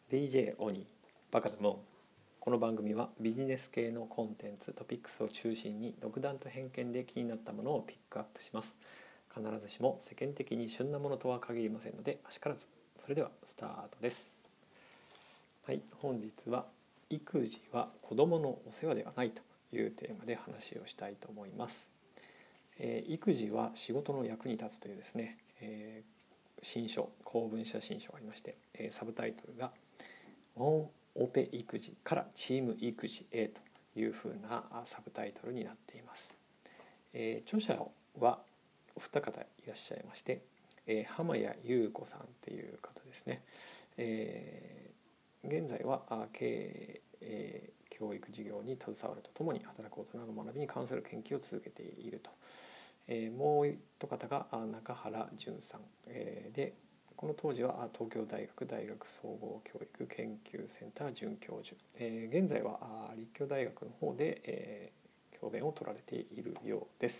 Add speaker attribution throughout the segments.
Speaker 1: DJ オニーバカだもん。この番組はビジネス系のコンテンツトピックスを中心に独断と偏見で気になったものをピックアップします。必ずしも世間的に旬なものとは限りませんのであしからず。それではスタートです。はい、本日は育児は子どものお世話ではないというテーマで話をしたいと思います。育児は仕事の役に立つというですね、新書公文社新書がありまして、サブタイトルがワンオペ育児からチーム育児へというふうなサブタイトルになっています。著者はお二方いらっしゃいまして、浜谷優子さんっていう方ですね。現在は経営教育事業に携わるとともに働く大人の学びに関する研究を続けていると。もう一方が中原淳さん、でこの当時は東京大学大学総合教育研究センター准教授、現在は立教大学の方で、教鞭を取られているようです。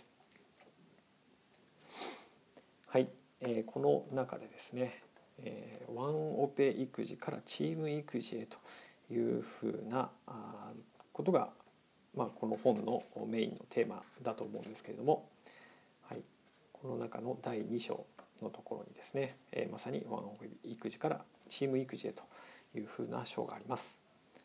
Speaker 1: はい、この中でですね、ワンオペ育児からチーム育児へというふうなことが、この本のメインのテーマだと思うんですけれども、はい、この中の第2章のところにですね、まさにワンオペ育児からチーム育児へというふうな章があります。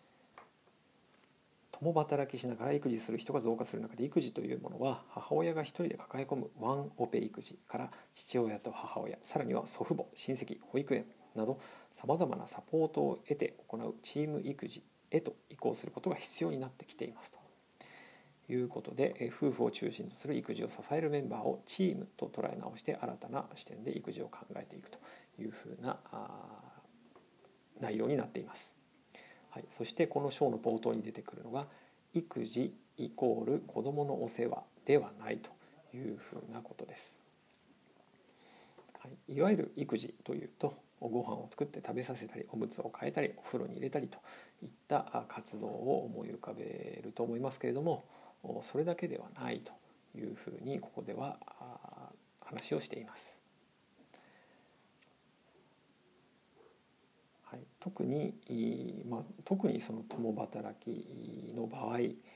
Speaker 1: 共働きしながら育児する人が増加する中で、育児というものは母親が一人で抱え込むワンオペ育児から父親と母親、さらには祖父母、親戚、保育園などさまざまなサポートを得て行うチーム育児へと移行することが必要になってきていますということで、夫婦を中心とする育児を支えるメンバーをチームと捉え直して新たな視点で育児を考えていくというふうな内容になっています。はい、そしてこの章の冒頭に出てくるのが、育児イコール子どものお世話ではないというふうなことです。はい、いわゆる育児というと、ご飯を作って食べさせたり、おむつを替えたり、お風呂に入れたりといった活動を思い浮かべると思いますけれども、それだけではないというふうにここでは話をしています。はい、特にその共働きの場合、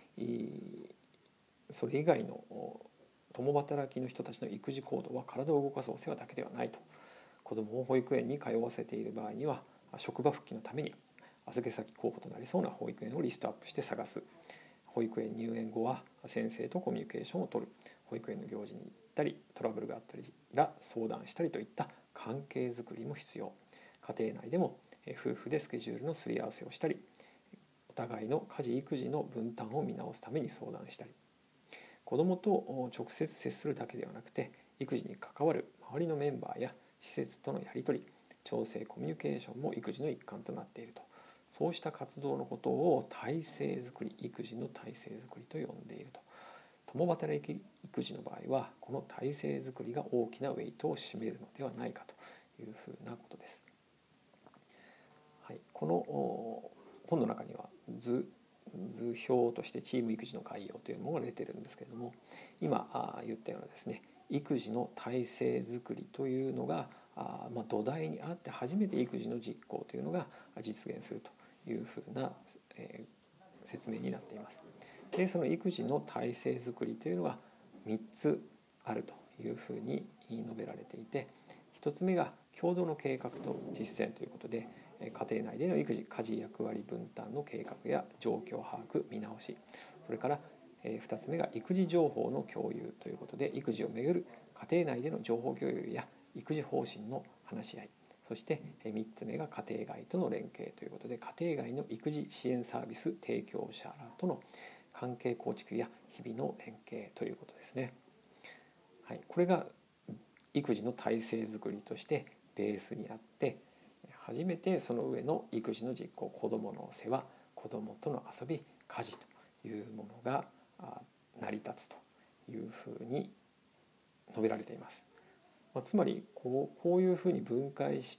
Speaker 1: それ以外の共働きの人たちの育児行動は体を動かすお世話だけではないと。子どもを保育園に通わせている場合には、職場復帰のために預け先候補となりそうな保育園をリストアップして探す。保育園入園後は先生とコミュニケーションをとる。保育園の行事に行ったり、トラブルがあったりら相談したりといった関係づくりも必要。家庭内でも夫婦でスケジュールのすり合わせをしたり、お互いの家事育児の分担を見直すために相談したり、子どもと直接接するだけではなくて、育児に関わる周りのメンバーや施設とのやり取り、調整コミュニケーションも育児の一環となっていると。そうした活動のことを体制づくり、育児の体制づくりと呼んでいると。共働き育児の場合は、この体制づくりが大きなウェイトを占めるのではないかというふうなことです。はい、この本の中には図表としてチーム育児の概要というものが出てるんですけれども、今言ったようなですね、育児の体制づくりというのが土台にあって初めて育児の実行というのが実現するというふうな、説明になっています。で、その育児の体制づくりというのは3つあるというふうに述べられていて、1つ目が共同の計画と実践ということで、家庭内での育児家事役割分担の計画や状況把握見直し、それから2つ目が育児情報の共有ということで、育児をめぐる家庭内での情報共有や育児方針の話し合い、そして3つ目が家庭外との連携ということで、家庭外の育児支援サービス提供者らとの関係構築や日々の連携ということですね。はい、これが育児の体制づくりとしてベースにあって、初めてその上の育児の実行、子どもの世話、子どもとの遊び、家事というものが成り立つというふうに述べられています。つまりこういうふうに分解して、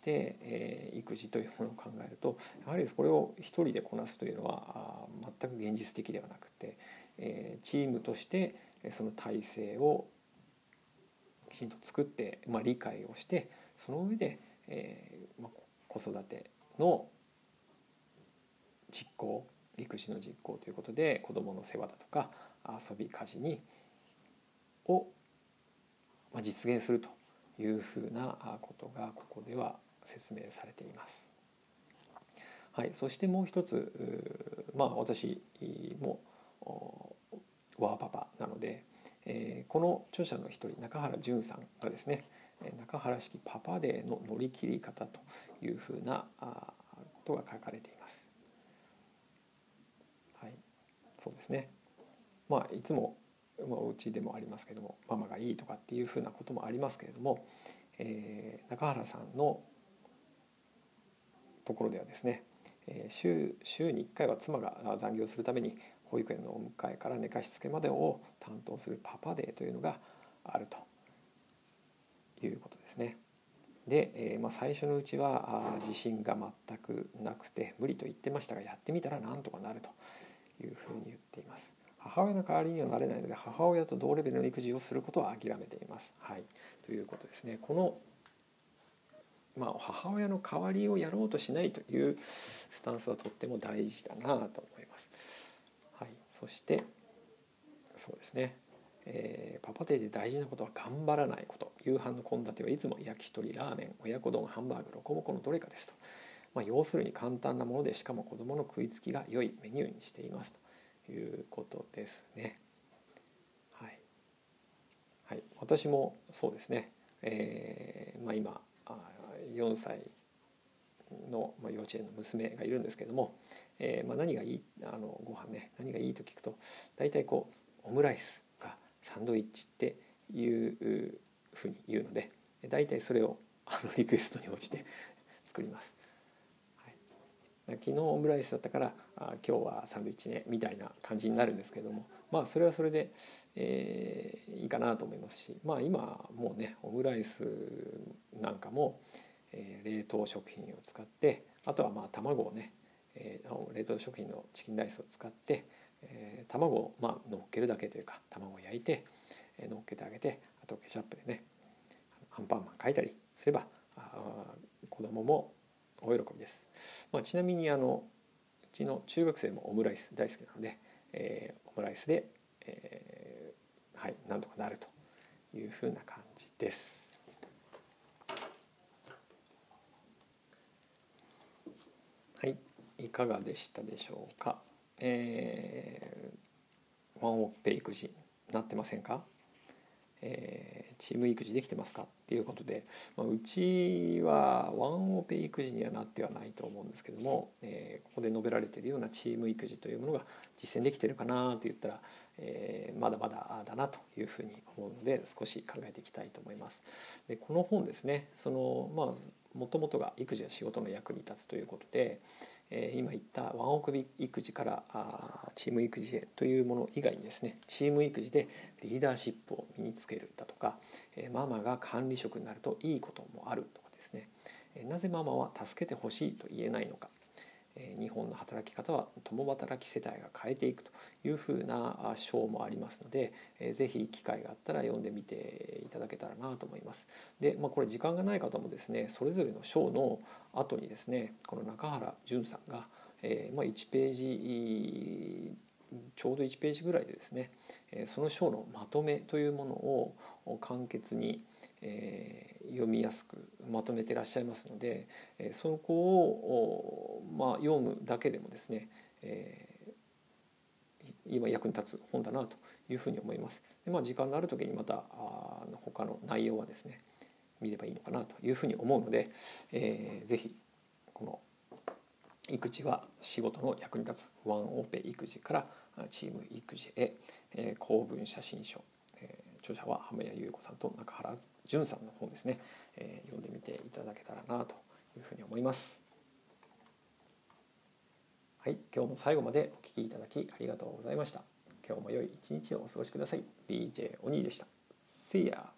Speaker 1: 育児というものを考えると、やはりこれを一人でこなすというのは全く現実的ではなくて、チームとしてその体制をきちんと作って、理解をして、その上で、子育ての実行、育児の実行ということで、子どもの世話だとか遊び家事を実現するというふうなことがここでは説明されています。はい、そしてもう一つ、私もワーパパなので、この著者の一人中原淳さんがですね、中原式パパデーの乗り切り方というふうなことが書かれています。はい、そうですね。いつもうちでもありますけども、ママがいいとかっていうふうなこともありますけれども、中原さんのところではですね、週に1回は妻が残業するために保育園のお迎えから寝かしつけまでを担当するパパデーというのがあるということですね。で、最初のうちは自信が全くなくて無理と言ってましたが、やってみたらなんとかなるというふうに言っています。母親の代わりにはなれないので、母親と同レベルの育児をすることは諦めています。はい、ということですね。この母親の代わりをやろうとしないというスタンスはとっても大事だなと思います。はい、そしてそうですね、パパデーで大事なことは頑張らないこと。夕飯の献立はいつも焼き鳥、ラーメン、親子丼、ハンバーグ、ロコモコのどれかですと。要するに簡単なもので、しかも子どもの食いつきが良いメニューにしていますということですね。はい、はい、私もそうですね、今4歳の幼稚園の娘がいるんですけども、何がいいご飯ね、何がいいと聞くと、大体オムライスかサンドイッチっていうふうに言うので、大体それをリクエストに応じて作ります。はい、昨日オムライスだったから今日はサンドイッチねみたいな感じになるんですけども、それはそれで、いいかなと思いますし、今もうねオムライスなんかも冷凍食品を使って、あとは卵をね、冷凍食品のチキンライスを使って、卵を乗っけるだけというか、卵を焼いて乗っけてあげて、あとケチャップでねアンパンマン描いたりすれば子供も大喜びです。ちなみにうちの中学生もオムライス大好きなので、オムライスで、はい、なんとかなるというふうな感じです。はい、いかがでしたでしょうか。ワンオペ育児なってませんか？チーム育児できてますかっていうことで、うちはワンオペ育児にはなってはないと思うんですけども、ここで述べられているようなチーム育児というものが実践できているかなと言ったら、まだまだだなというふうに思うので、少し考えていきたいと思います。でこの本ですね、もともとが育児や仕事の役に立つということで、今言ったワンオペ育児からチーム育児へというもの以外にですね、チーム育児でリーダーシップを身につけるだとか、ママが管理職になるといいこともあるとかですね、なぜママは助けてほしいと言えないのか、日本の働き方は共働き世帯が変えていくというふうな章もありますので、ぜひ機会があったら読んでみていただけたらなと思います。で、これ時間がない方もですね、それぞれの章の後にですね、この中原淳さんが、1ページちょうど1ページぐらいでですね、その章のまとめというものを簡潔に読みやすくまとめていらっしゃいますので、そこを読むだけでもですね、今役に立つ本だなというふうに思います。で、時間のある時にまた他の内容はですね見ればいいのかなというふうに思うので、ぜひこの育児は仕事の役に立つワンオペ育児からチーム育児へ、公文写真書、著者は浜谷優子さんと中原淳さんの本ですね、読んでみていただけたらなというふうに思います。はい、今日も最後までお聞きいただきありがとうございました。今日も良い一日をお過ごしください。DJ おにいでした。See ya!